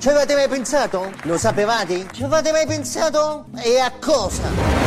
Ci avete mai pensato? Lo sapevate? Ci avete mai pensato? E a cosa?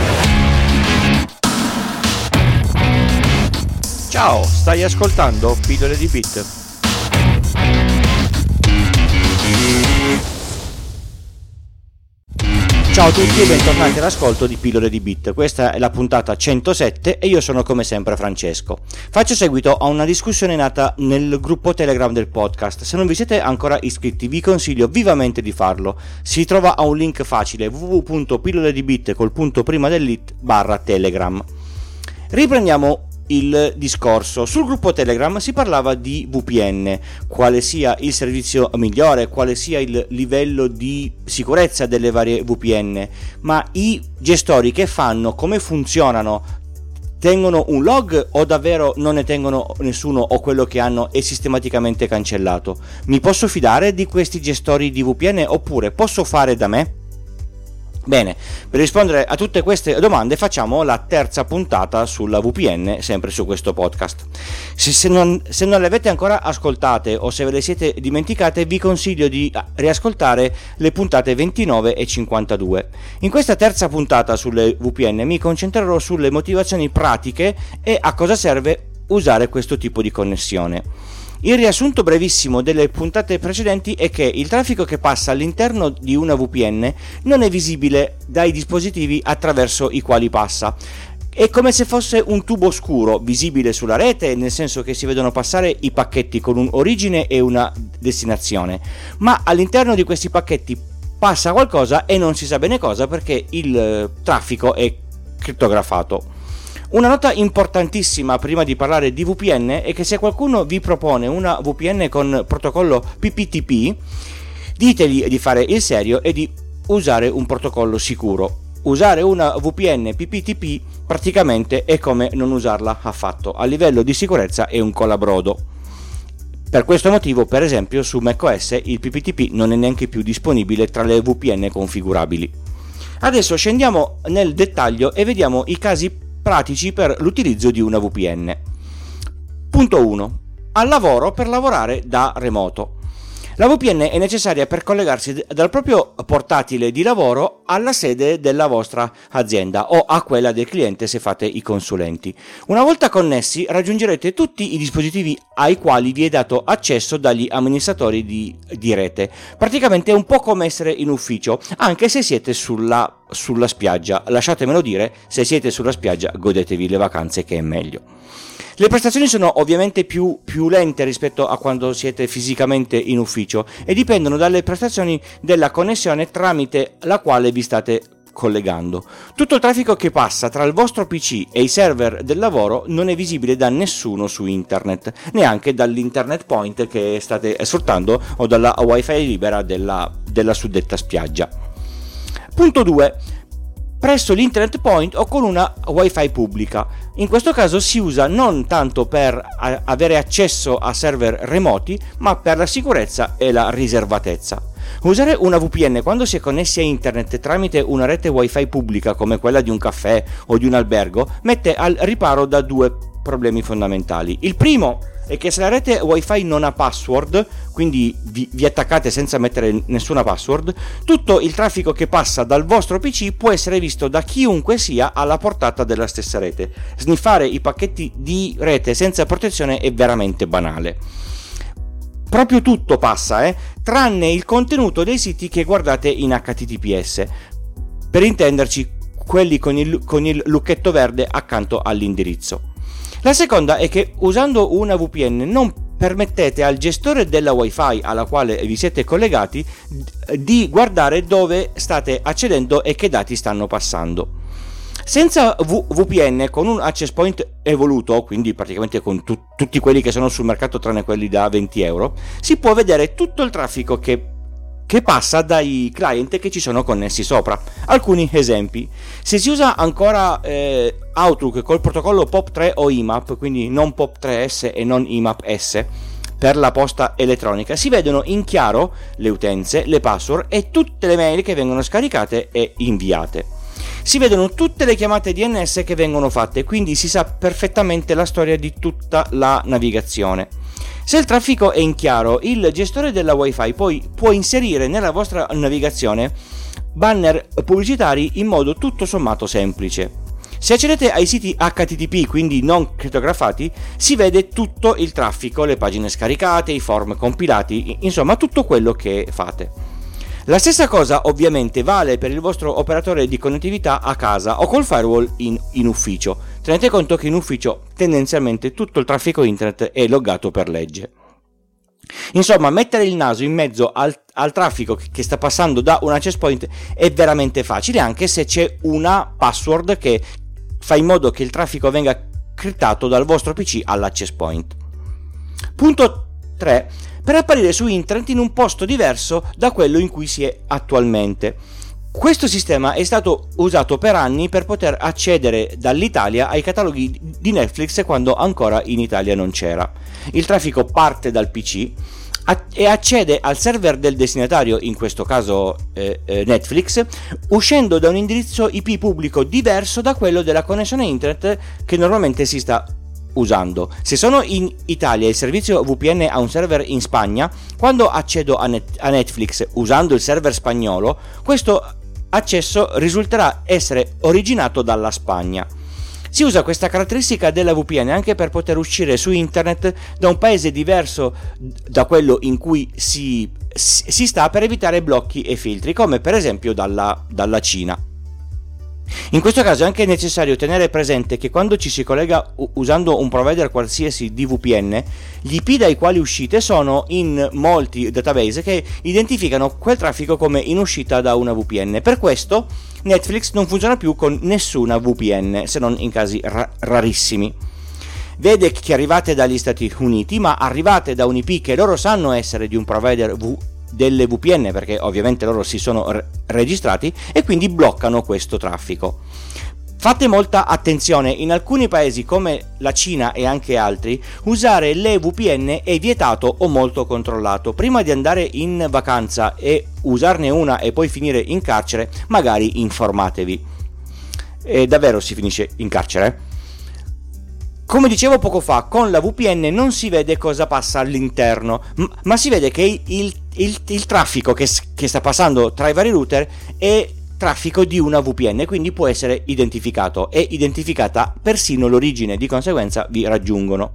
Ciao, stai ascoltando Pillole di Bit. Ciao a tutti e bentornati all'ascolto di Pillole di Bit. Questa è la puntata 107 e io sono come sempre Francesco. Faccio seguito a una discussione nata nel gruppo Telegram del podcast. Se non vi siete ancora iscritti vi consiglio vivamente di farlo. Si trova a un link facile www.pilloledibit col punto prima dell'it /telegram. Riprendiamo il discorso. Sul gruppo Telegram si parlava di VPN, quale sia il servizio migliore, quale sia il livello di sicurezza delle varie VPN, ma i gestori che fanno, come funzionano, tengono un log o davvero non ne tengono nessuno o quello che hanno è sistematicamente cancellato? Mi posso fidare di questi gestori di VPN oppure posso fare da me? Bene, per rispondere a tutte queste domande facciamo la terza puntata sulla VPN, sempre su questo podcast. Se non le avete ancora ascoltate o se ve le siete dimenticate, vi consiglio di riascoltare le puntate 29 e 52. In questa terza puntata sulle VPN mi concentrerò sulle motivazioni pratiche e a cosa serve usare questo tipo di connessione. Il riassunto brevissimo delle puntate precedenti è che il traffico che passa all'interno di una VPN non è visibile dai dispositivi attraverso i quali passa. È come se fosse un tubo scuro visibile sulla rete, nel senso che si vedono passare i pacchetti con un'origine e una destinazione, ma all'interno di questi pacchetti passa qualcosa e non si sa bene cosa perché il traffico è crittografato. Una nota importantissima prima di parlare di VPN è che se qualcuno vi propone una VPN con protocollo PPTP, ditegli di fare il serio e di usare un protocollo sicuro. Usare una VPN PPTP praticamente è come non usarla affatto. A livello di sicurezza è un colabrodo. Per questo motivo, per esempio, su macOS il PPTP non è neanche più disponibile tra le VPN configurabili. Adesso scendiamo nel dettaglio e vediamo i casi pratici per l'utilizzo di una VPN. Punto 1. Al lavoro per lavorare da remoto. La VPN è necessaria per collegarsi dal proprio portatile di lavoro alla sede della vostra azienda o a quella del cliente se fate i consulenti. Una volta connessi raggiungerete tutti i dispositivi ai quali vi è dato accesso dagli amministratori di rete. Praticamente è un po' come essere in ufficio, anche se siete sulla spiaggia. Lasciatemelo dire, se siete sulla spiaggia godetevi le vacanze che è meglio. Le prestazioni sono ovviamente più lente rispetto a quando siete fisicamente in ufficio e dipendono dalle prestazioni della connessione tramite la quale vi state collegando. Tutto il traffico che passa tra il vostro PC e i server del lavoro non è visibile da nessuno su internet, neanche dall'internet point che state sfruttando o dalla wifi libera della suddetta spiaggia. Punto 2. Presso l'internet point o con una wifi pubblica. In questo caso si usa non tanto per avere accesso a server remoti, ma per la sicurezza e la riservatezza. Usare una VPN quando si è connessi a internet tramite una rete wifi pubblica come quella di un caffè o di un albergo mette al riparo da due problemi fondamentali. Il primo è che se la rete wifi non ha password, quindi vi attaccate senza mettere nessuna password, tutto il traffico che passa dal vostro PC può essere visto da chiunque sia alla portata della stessa rete. Sniffare i pacchetti di rete senza protezione è veramente banale. Proprio tutto passa, tranne il contenuto dei siti che guardate in HTTPS. Per intenderci, quelli con il lucchetto verde accanto all'indirizzo. La seconda è che usando una VPN non permettete al gestore della wifi alla quale vi siete collegati di guardare dove state accedendo e che dati stanno passando. Senza VPN, con un access point evoluto, quindi praticamente con tutti quelli che sono sul mercato tranne quelli da 20 euro, si può vedere tutto il traffico che passa dai client che ci sono connessi sopra. Alcuni esempi: se si usa ancora Outlook col protocollo POP3 o IMAP, quindi non POP3S e non IMAP-S, per la posta elettronica, si vedono in chiaro le utenze, le password e tutte le mail che vengono scaricate e inviate. si vedono tutte le chiamate DNS che vengono fatte, quindi si sa perfettamente la storia di tutta la navigazione. Se il traffico è in chiaro, il gestore della Wi-Fi poi può inserire nella vostra navigazione banner pubblicitari in modo tutto sommato semplice. Se accedete ai siti HTTP, quindi non crittografati, si vede tutto il traffico, le pagine scaricate, i form compilati, insomma tutto quello che fate. La stessa cosa ovviamente vale per il vostro operatore di connettività a casa o col firewall in ufficio. Tenete conto che in ufficio tendenzialmente tutto il traffico internet è loggato per legge. Insomma, mettere il naso in mezzo al traffico che sta passando da un access point è veramente facile, anche se c'è una password che fa in modo che il traffico venga criptato dal vostro PC all'access point. Punto 3. Per apparire su internet in un posto diverso da quello in cui si è attualmente. Questo sistema è stato usato per anni per poter accedere dall'Italia ai cataloghi di Netflix quando ancora in Italia non c'era. Il traffico parte dal PC e accede al server del destinatario, in questo caso Netflix, uscendo da un indirizzo IP pubblico diverso da quello della connessione internet che normalmente si sta usando. Se sono in Italia e il servizio VPN ha un server in Spagna, quando accedo a Netflix usando il server spagnolo, questo accesso risulterà essere originato dalla Spagna. Si usa questa caratteristica della VPN anche per poter uscire su internet da un paese diverso da quello in cui si sta, per evitare blocchi e filtri, come per esempio dalla Cina. In questo caso è anche necessario tenere presente che quando ci si collega usando un provider qualsiasi di VPN, gli IP dai quali uscite sono in molti database che identificano quel traffico come in uscita da una VPN. Per questo Netflix non funziona più con nessuna VPN, se non in casi rarissimi. Vede che arrivate dagli Stati Uniti, ma arrivate da un IP che loro sanno essere di un provider delle VPN, perché ovviamente loro si sono registrati e quindi bloccano questo traffico. Fate molta attenzione, in alcuni paesi come la Cina e anche altri usare le VPN è vietato o molto controllato. Prima di andare in vacanza e usarne una e poi finire in carcere, magari informatevi. E davvero si finisce in carcere? Come dicevo poco fa, con la VPN non si vede cosa passa all'interno, ma si vede che il traffico che sta passando tra i vari router è traffico di una VPN, quindi può essere identificato. È identificata persino l'origine, di conseguenza vi raggiungono.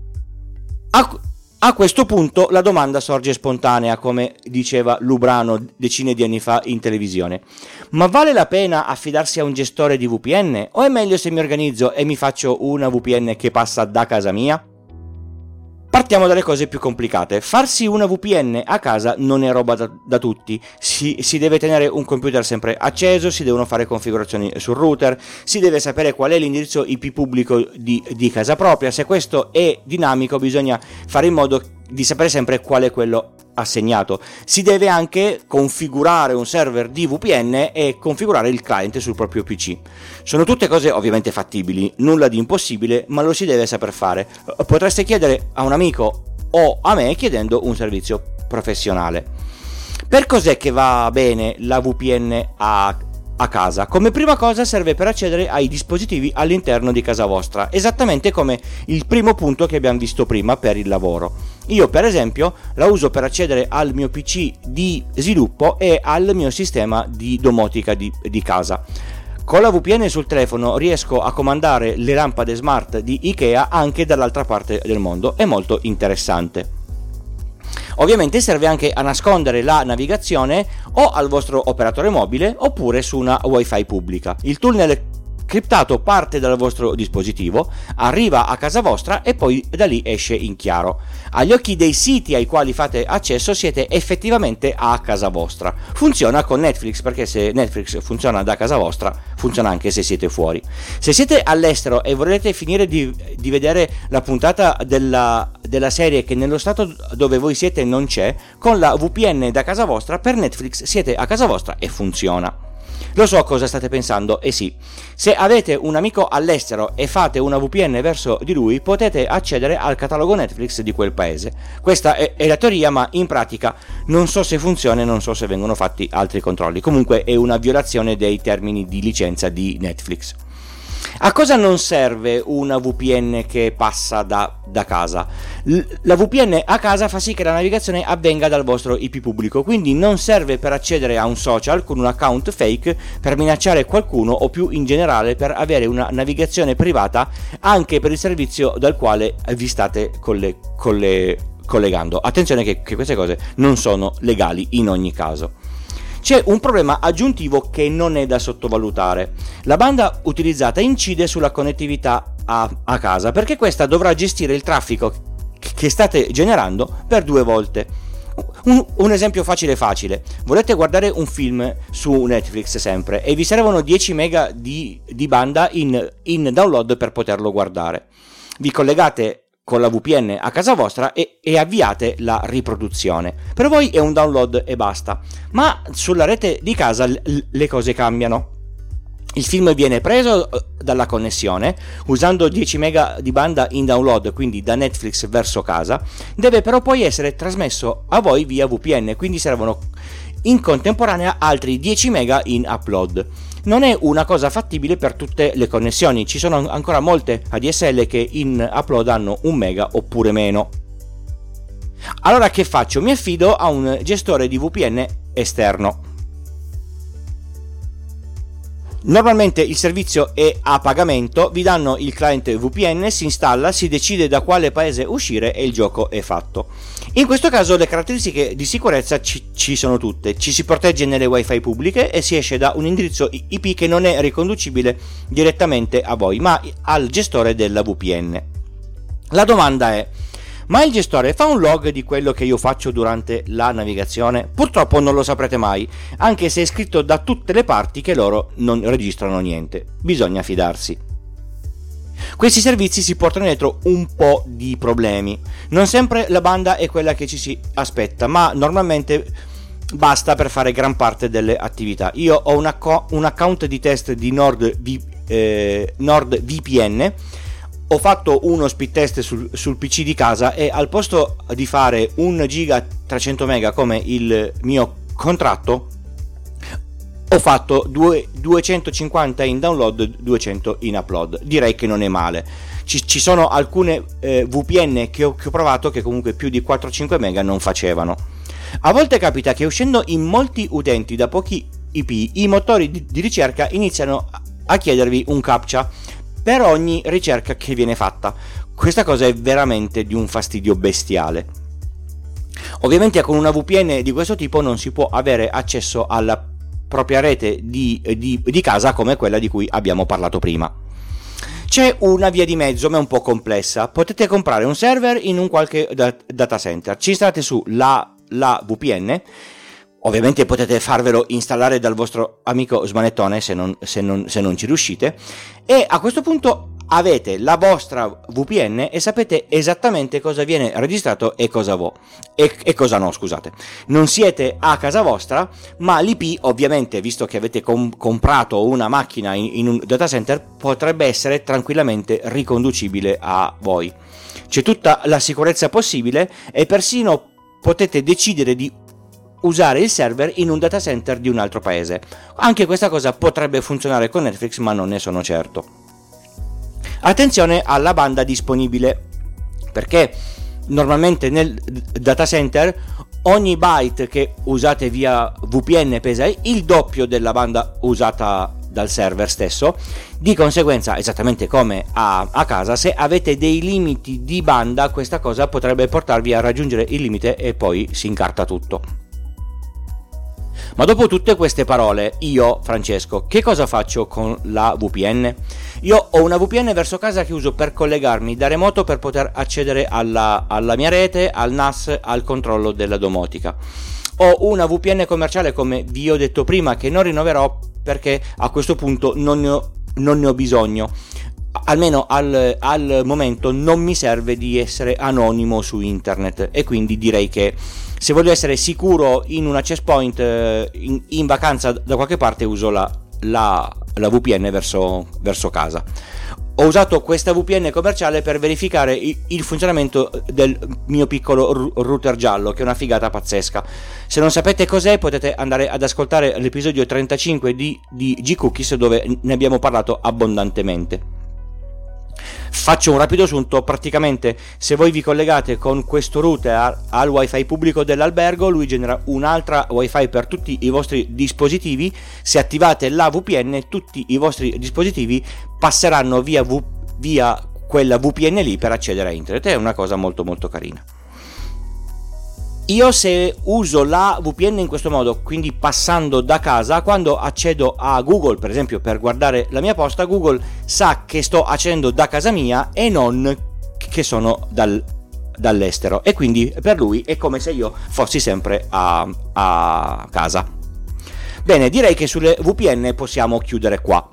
A questo punto la domanda sorge spontanea, come diceva Lubrano decine di anni fa in televisione. Ma vale la pena affidarsi a un gestore di VPN? O è meglio se mi organizzo e mi faccio una VPN che passa da casa mia? Partiamo dalle cose più complicate. Farsi una VPN a casa non è roba da tutti. Si deve tenere un computer sempre acceso, si devono fare configurazioni sul router, si deve sapere qual è l'indirizzo IP pubblico di casa propria. Se questo è dinamico, bisogna fare in modo di sapere sempre qual è quello assegnato. Si deve anche configurare un server di VPN e configurare il client sul proprio PC. Sono tutte cose ovviamente fattibili, nulla di impossibile, ma lo si deve saper fare. Potreste chiedere a un amico o a me chiedendo un servizio professionale. Per cos'è che va bene la VPN a casa? Come prima cosa serve per accedere ai dispositivi all'interno di casa vostra, esattamente come il primo punto che abbiamo visto prima per il lavoro. Io per esempio la uso per accedere al mio PC di sviluppo e al mio sistema di domotica di casa. Con la VPN sul telefono riesco a comandare le lampade smart di Ikea anche dall'altra parte del mondo, è molto interessante. Ovviamente serve anche a nascondere la navigazione o al vostro operatore mobile oppure su una Wi-Fi pubblica. Il tunnel criptato parte dal vostro dispositivo, arriva a casa vostra e poi da lì esce in chiaro. Agli occhi dei siti ai quali fate accesso siete effettivamente a casa vostra. Funziona con Netflix, perché se Netflix funziona da casa vostra, funziona anche se siete fuori. Se siete all'estero e volete finire di vedere la puntata della serie che nello stato dove voi siete non c'è, con la VPN da casa vostra per Netflix siete a casa vostra e funziona. Lo so cosa state pensando, e sì, se avete un amico all'estero e fate una VPN verso di lui, potete accedere al catalogo Netflix di quel paese. Questa è la teoria, ma in pratica non so se funziona e non so se vengono fatti altri controlli. Comunque è una violazione dei termini di licenza di Netflix. A cosa non serve una VPN che passa da casa? La VPN a casa fa sì che la navigazione avvenga dal vostro IP pubblico, quindi non serve per accedere a un social con un account fake, per minacciare qualcuno o più in generale per avere una navigazione privata anche per il servizio dal quale vi state collegando. Attenzione che queste cose non sono legali in ogni caso. C'è un problema aggiuntivo che non è da sottovalutare. La banda utilizzata incide sulla connettività a casa, perché questa dovrà gestire il traffico che state generando per 2 volte. Un esempio facile. Volete guardare un film su Netflix sempre e vi servono 10 mega di banda in download per poterlo guardare. Vi collegate con la VPN a casa vostra e avviate la riproduzione. Per voi è un download e basta, ma sulla rete di casa le cose cambiano. Il film viene preso dalla connessione usando 10 mega di banda in download, quindi da Netflix verso casa, deve però poi essere trasmesso a voi via VPN, quindi servono in contemporanea altri 10 mega in upload. Non è una cosa fattibile per tutte le connessioni, ci sono ancora molte ADSL che in upload hanno 1 mega oppure meno. Allora che faccio? Mi affido a un gestore di VPN esterno. Normalmente il servizio è a pagamento, vi danno il client VPN, si installa, si decide da quale paese uscire e il gioco è fatto. In questo caso le caratteristiche di sicurezza ci sono tutte, ci si protegge nelle wifi pubbliche e si esce da un indirizzo IP che non è riconducibile direttamente a voi, ma al gestore della VPN. La domanda è: ma il gestore fa un log di quello che io faccio durante la navigazione? Purtroppo non lo saprete mai, anche se è scritto da tutte le parti che loro non registrano niente. Bisogna fidarsi. Questi servizi si portano dietro un po' di problemi. Non sempre la banda è quella che ci si aspetta, ma normalmente basta per fare gran parte delle attività. Io ho un account di test di NordVPN. Ho fatto uno speed test sul PC di casa e al posto di fare 1 giga 300 mega come il mio contratto, ho fatto 250 in download, 200 in upload. Direi che non è male. Ci sono alcune VPN che ho provato che comunque più di 4-5 mega non facevano. A volte capita che uscendo in molti utenti da pochi IP, i motori di ricerca iniziano a chiedervi un captcha per ogni ricerca che viene fatta. Questa cosa è veramente di un fastidio bestiale. Ovviamente con una VPN di questo tipo non si può avere accesso alla propria rete di casa come quella di cui abbiamo parlato prima. C'è una via di mezzo, ma è un po' complessa. Potete comprare un server in un qualche data center, ci installate su la VPN. Ovviamente potete farvelo installare dal vostro amico smanettone se non ci riuscite, e a questo punto avete la vostra VPN e sapete esattamente cosa viene registrato e cosa cosa no, scusate. Non siete a casa vostra, ma l'IP ovviamente, visto che avete comprato una macchina in un data center, potrebbe essere tranquillamente riconducibile a voi. C'è tutta la sicurezza possibile e persino potete decidere di usare il server in un data center di un altro paese. Anche questa cosa potrebbe funzionare con Netflix, ma non ne sono certo. Attenzione alla banda disponibile, perché normalmente nel data center ogni byte che usate via VPN pesa il doppio della banda usata dal server stesso. Di conseguenza, esattamente come a casa, se avete dei limiti di banda, questa cosa potrebbe portarvi a raggiungere il limite e poi si incarta tutto. Ma dopo tutte queste parole, io, Francesco, che cosa faccio con la VPN? Io ho una VPN verso casa che uso per collegarmi da remoto per poter accedere alla mia rete, al NAS, al controllo della domotica. Ho una VPN commerciale, come vi ho detto prima, che non rinnoverò perché a questo punto non ne ho bisogno. Almeno al momento non mi serve di essere anonimo su internet, e quindi direi che Se voglio essere sicuro in un access point in vacanza da qualche parte, uso la VPN verso casa. Ho usato questa VPN commerciale per verificare il funzionamento del mio piccolo router giallo, che è una figata pazzesca. Se non sapete cos'è, potete andare ad ascoltare l'episodio 35 di G-Cookies, dove ne abbiamo parlato abbondantemente. Faccio un rapido assunto. Praticamente, se voi vi collegate con questo router al wifi pubblico dell'albergo, lui genera un'altra wifi per tutti i vostri dispositivi. Se attivate la VPN, tutti i vostri dispositivi passeranno via quella VPN lì per accedere a internet. È una cosa molto molto carina. Io, se uso la VPN in questo modo, quindi passando da casa, quando accedo a Google, per esempio per guardare la mia posta, Google sa che sto accedendo da casa mia e non che sono dall'estero, e quindi per lui è come se io fossi sempre a casa. Bene, direi che sulle VPN possiamo chiudere qua.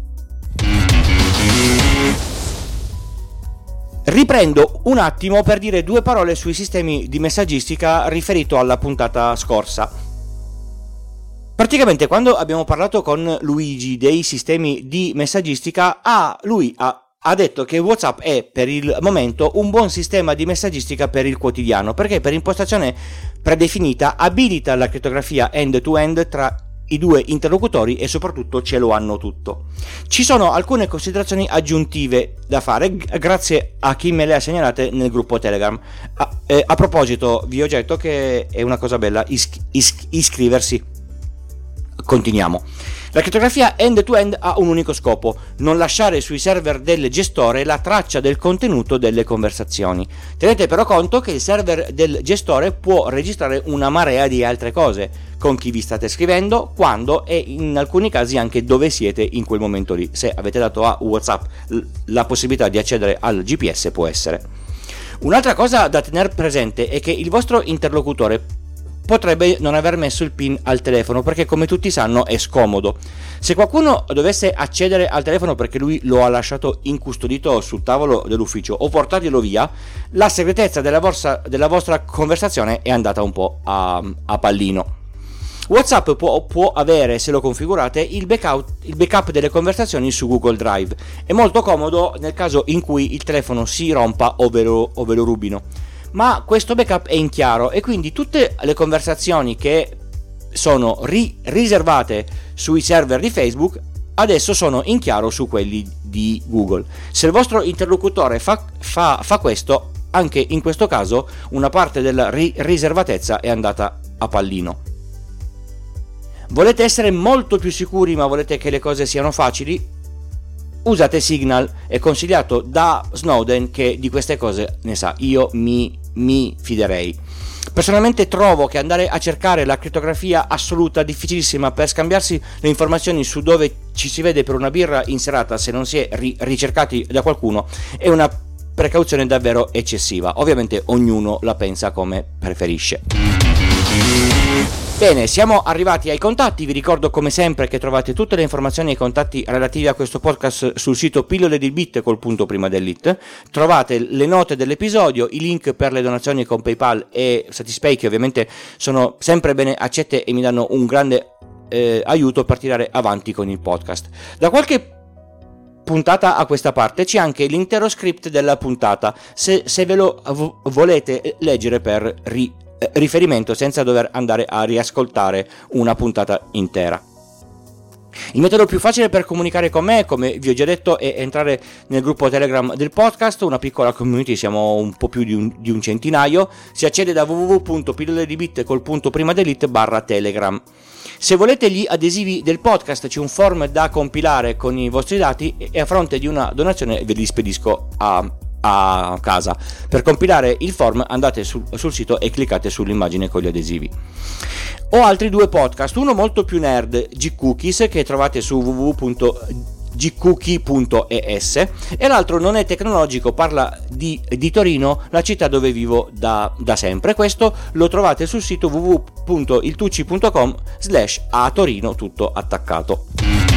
Riprendo un attimo per dire due parole sui sistemi di messaggistica riferito alla puntata scorsa. Praticamente, quando abbiamo parlato con Luigi dei sistemi di messaggistica, lui ha detto che WhatsApp è per il momento un buon sistema di messaggistica per il quotidiano, perché per impostazione predefinita abilita la crittografia end-to-end tra i due interlocutori e soprattutto ce lo hanno tutto. Ci sono alcune considerazioni aggiuntive da fare grazie a chi me le ha segnalate nel gruppo Telegram. A proposito, vi ho detto che è una cosa bella iscriversi. Continuiamo. La crittografia end-to-end ha un unico scopo: non lasciare sui server del gestore la traccia del contenuto delle conversazioni. Tenete però conto che il server del gestore può registrare una marea di altre cose, con chi vi state scrivendo, quando e in alcuni casi anche dove siete in quel momento lì. Se avete dato a WhatsApp la possibilità di accedere al GPS, può essere. Un'altra cosa da tenere presente è che il vostro interlocutore potrebbe non aver messo il PIN al telefono, perché come tutti sanno è scomodo. Se qualcuno dovesse accedere al telefono perché lui lo ha lasciato incustodito sul tavolo dell'ufficio o portarglielo via, la segretezza della vostra conversazione è andata un po' a pallino. WhatsApp può avere, se lo configurate, il backup delle conversazioni su Google Drive. È molto comodo nel caso in cui il telefono si rompa o ve lo rubino. Ma questo backup è in chiaro e quindi tutte le conversazioni che sono riservate sui server di Facebook adesso sono in chiaro su quelli di Google. Se il vostro interlocutore fa questo, anche in questo caso una parte della riservatezza è andata a pallino. Volete essere molto più sicuri ma volete che le cose siano facili? Usate Signal, è consigliato da Snowden, che di queste cose ne sa. Io mi fiderei. Personalmente trovo che andare a cercare la crittografia assoluta difficilissima per scambiarsi le informazioni su dove ci si vede per una birra in serata, se non si è ricercati da qualcuno, è una precauzione davvero eccessiva. Ovviamente ognuno la pensa come preferisce. Bene, siamo arrivati ai contatti. Vi ricordo come sempre che trovate tutte le informazioni e i contatti relativi a questo podcast sul sito Pillole di Bit col punto prima dell'it. Trovate le note dell'episodio, i link per le donazioni con PayPal e Satispay, che ovviamente sono sempre bene accette e mi danno un grande aiuto per tirare avanti con il podcast. Da qualche puntata a questa parte c'è anche l'intero script della puntata, se ve lo volete leggere per riferimento senza dover andare a riascoltare una puntata intera. Il metodo più facile per comunicare con me, come vi ho già detto, è entrare nel gruppo Telegram del podcast, una piccola community, siamo un po' più di un centinaio. Si accede da www.pilloledibit col punto prima dell'it /telegram. Se volete gli adesivi del podcast c'è un form da compilare con i vostri dati e a fronte di una donazione ve li spedisco a casa. Per compilare il form andate sul sito e cliccate sull'immagine con gli adesivi. Ho altri due podcast, uno molto più nerd, G-Cookies, che trovate su www.gcookie.es, e l'altro non è tecnologico, parla di Torino, la città dove vivo da sempre. Questo lo trovate sul sito www.iltucci.com/a-Torino, tutto attaccato.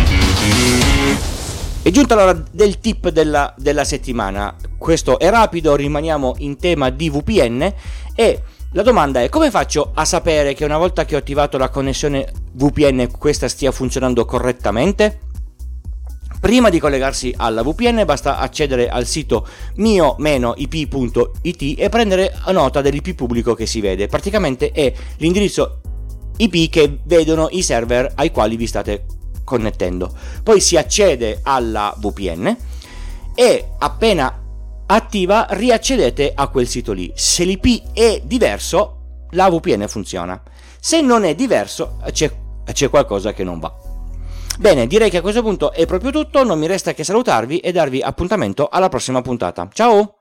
È giunta l'ora del tip della settimana. Questo è rapido, rimaniamo in tema di VPN e La domanda è: come faccio a sapere che una volta che ho attivato la connessione VPN questa stia funzionando correttamente? Prima di collegarsi alla VPN basta accedere al sito mio-ip.it e prendere nota dell'IP pubblico che si vede. Praticamente è l'indirizzo IP che vedono i server ai quali vi state connettendo. Poi si accede alla VPN e appena attiva riaccedete a quel sito lì. Se l'IP è diverso, la VPN funziona. Se non è diverso, c'è qualcosa che non va. Bene, direi che a questo punto è proprio tutto, non mi resta che salutarvi e darvi appuntamento alla prossima puntata. Ciao!